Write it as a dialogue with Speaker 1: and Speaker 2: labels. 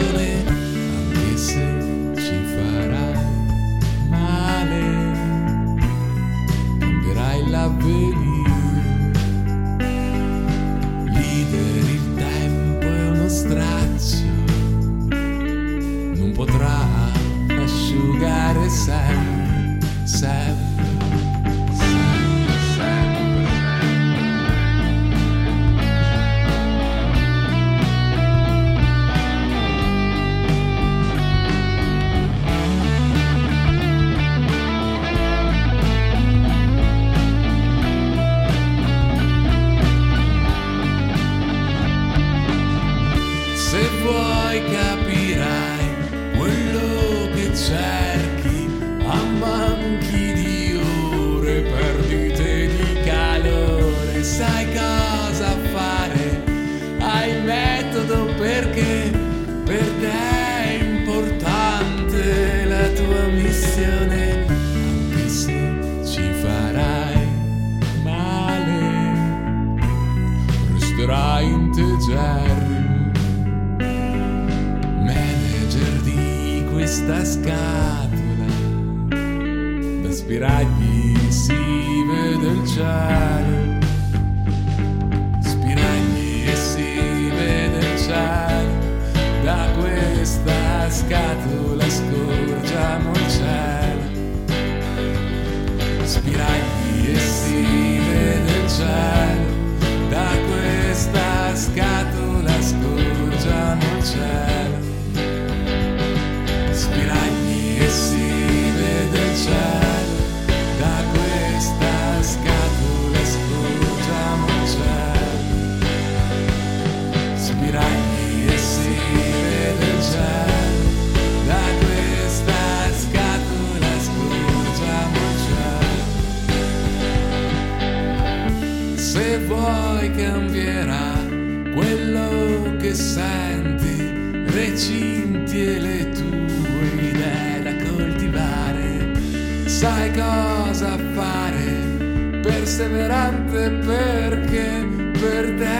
Speaker 1: missione, anche se ci farai male, cambierai l'avvenire. Leader, il tempo è uno straccio, non potrà asciugare sempre, sempre. Se vuoi capirai quello che cerchi, a manchi di ore, perdite di calore, sai cosa fare, hai il metodo perché per te è importante la tua missione, anche se ci farai male, resterai integerrimo. Questa scatola da spiragli si vede il cielo, spiragli e si vede il cielo, da questa scatola scorgiamo il cielo, spiragli e si vede il cielo, da questa scatola scorgiamo il cielo. Spiragli e si vede il cielo, da questa scatola scorgiamo il cielo. Spiragli e si vede il cielo, da questa scatola scorgiamo il cielo. Se vuoi cambierà quello che senti, recinti e le tue idee da coltivare, sai cosa fare, perseverante perché per te